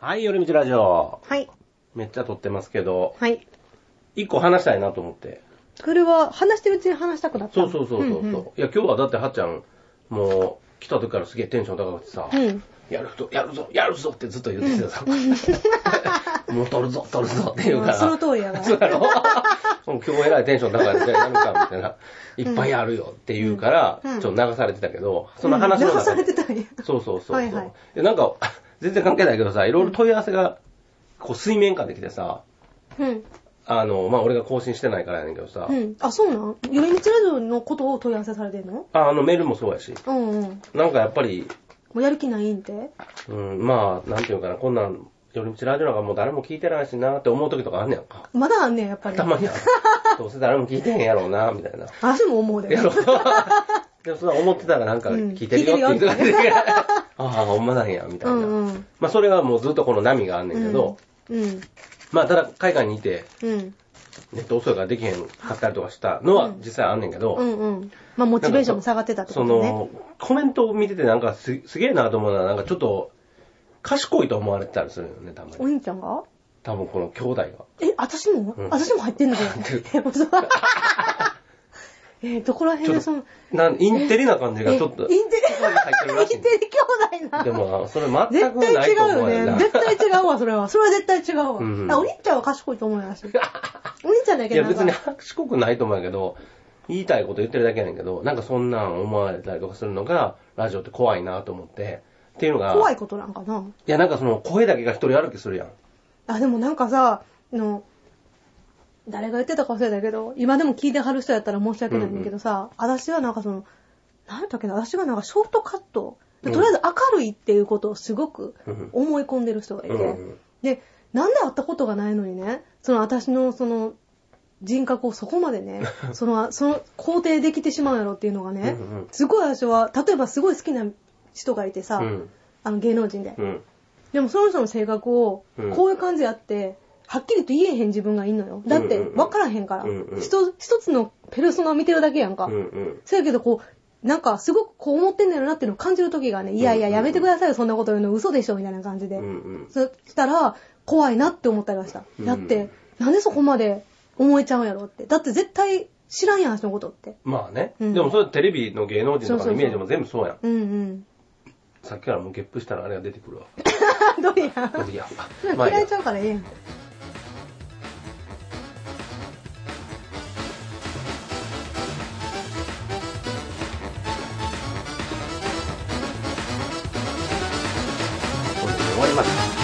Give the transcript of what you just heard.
はい、寄り道ラジオ。 はい。 めっちゃ撮ってますけど、 はい。 一個話したいなと思って。 これは話してるうちに話したくなったそう。いや、今日はだってはっちゃん、もう、来た時からすげえテンション高くてさ、やるぞってずっと言っててさ、もう撮るぞって言うから。 その通りやな。 そうやろ今日えらいテンション高いんでやるかみたいな、いっぱいあるよって言うから、ちょっと流されてたけど、その話の中で。 流されてたんや。 そう。 はいはい。 で、なんか、全然関係ないけどさ、いろいろ問い合わせが、こう水面下できてさ、俺が更新してないからやねんけどさ。 あ、そうなん寄り道ラジオのことを問い合わせされてんの？ メールもそうやし。なんかやっぱり。 もうやる気ないんて？ なんていうかな、こんなん、寄り道ラジオなんかもう誰も聞いてないしなって思う時とかあんねやんか。 まだあんねん、やっぱり。 たまには。どうせ誰も聞いてへんやろうな、みたいな。 私も思うで。 やろでもそれ思ってたらなんか聞いてるよって言ってたら、ああ、ほんまなんや、みたいな。それはもうずっとこの波があんねんけど、ただ海外にいて、ネット遅いからできへんかったりとかしたのは実際あんねんけど、 モチベーションも下がってたってことね。 コメントを見ててなんかすげえなと思うのは、なんかちょっと、賢いと思われてたりするよね、たまに。 お兄ちゃんが？ 多分この兄弟が。 私も入ってんの？どこら辺でインテリな感じがちょっと。 インテリ兄弟な。 でも、それ全くないと思うよね。 絶対違うわ、それは。それは絶対違うわ。お兄ちゃんは賢いと思うやし。お兄ちゃんだけど。 いや、別に賢くないと思うんやけど、言いたいこと言ってるだけやねんけど、なんかそんなん思われたりとかするのが、ラジオって怖いなと思って。っていうのが。 怖いことなんかな？ いや、なんかその声だけが一人歩きするやん。 でもなんかさ、誰が言ってたか忘れたけど、今でも聞いてはる人やったら申し訳ないんだけどさ、私はなんかなんだっけな、私がなんかショートカット、とりあえず明るいっていうことをすごく思い込んでる人がいて、で、なんで会ったことがないのにね、私の人格をそこまでね、肯定できてしまうやろっていうのがね、すごい私は、例えばすごい好きな人がいてさ、芸能人で。でもその人の性格を、こういう感じやって、はっきりと言えへん自分がいんのよ。だって、わからへんから。一つのペルソナを見てるだけやんか。そうやけど、なんか、すごくこう思ってんだよなっていうのを感じるときがね、いや、やめてくださいよ、そんなこと言うの嘘でしょ、みたいな感じで。そしたら、怖いなって思ったりました。だって、なんでそこまで思えちゃうんやろって。だって絶対知らんやん、私のことって。 まあね。でもそれテレビの芸能人とかのイメージも全部そうやん。さっきからもうゲップしたらあれが出てくるわ。 どうや嫌いちゃうからええやん。 終わりました。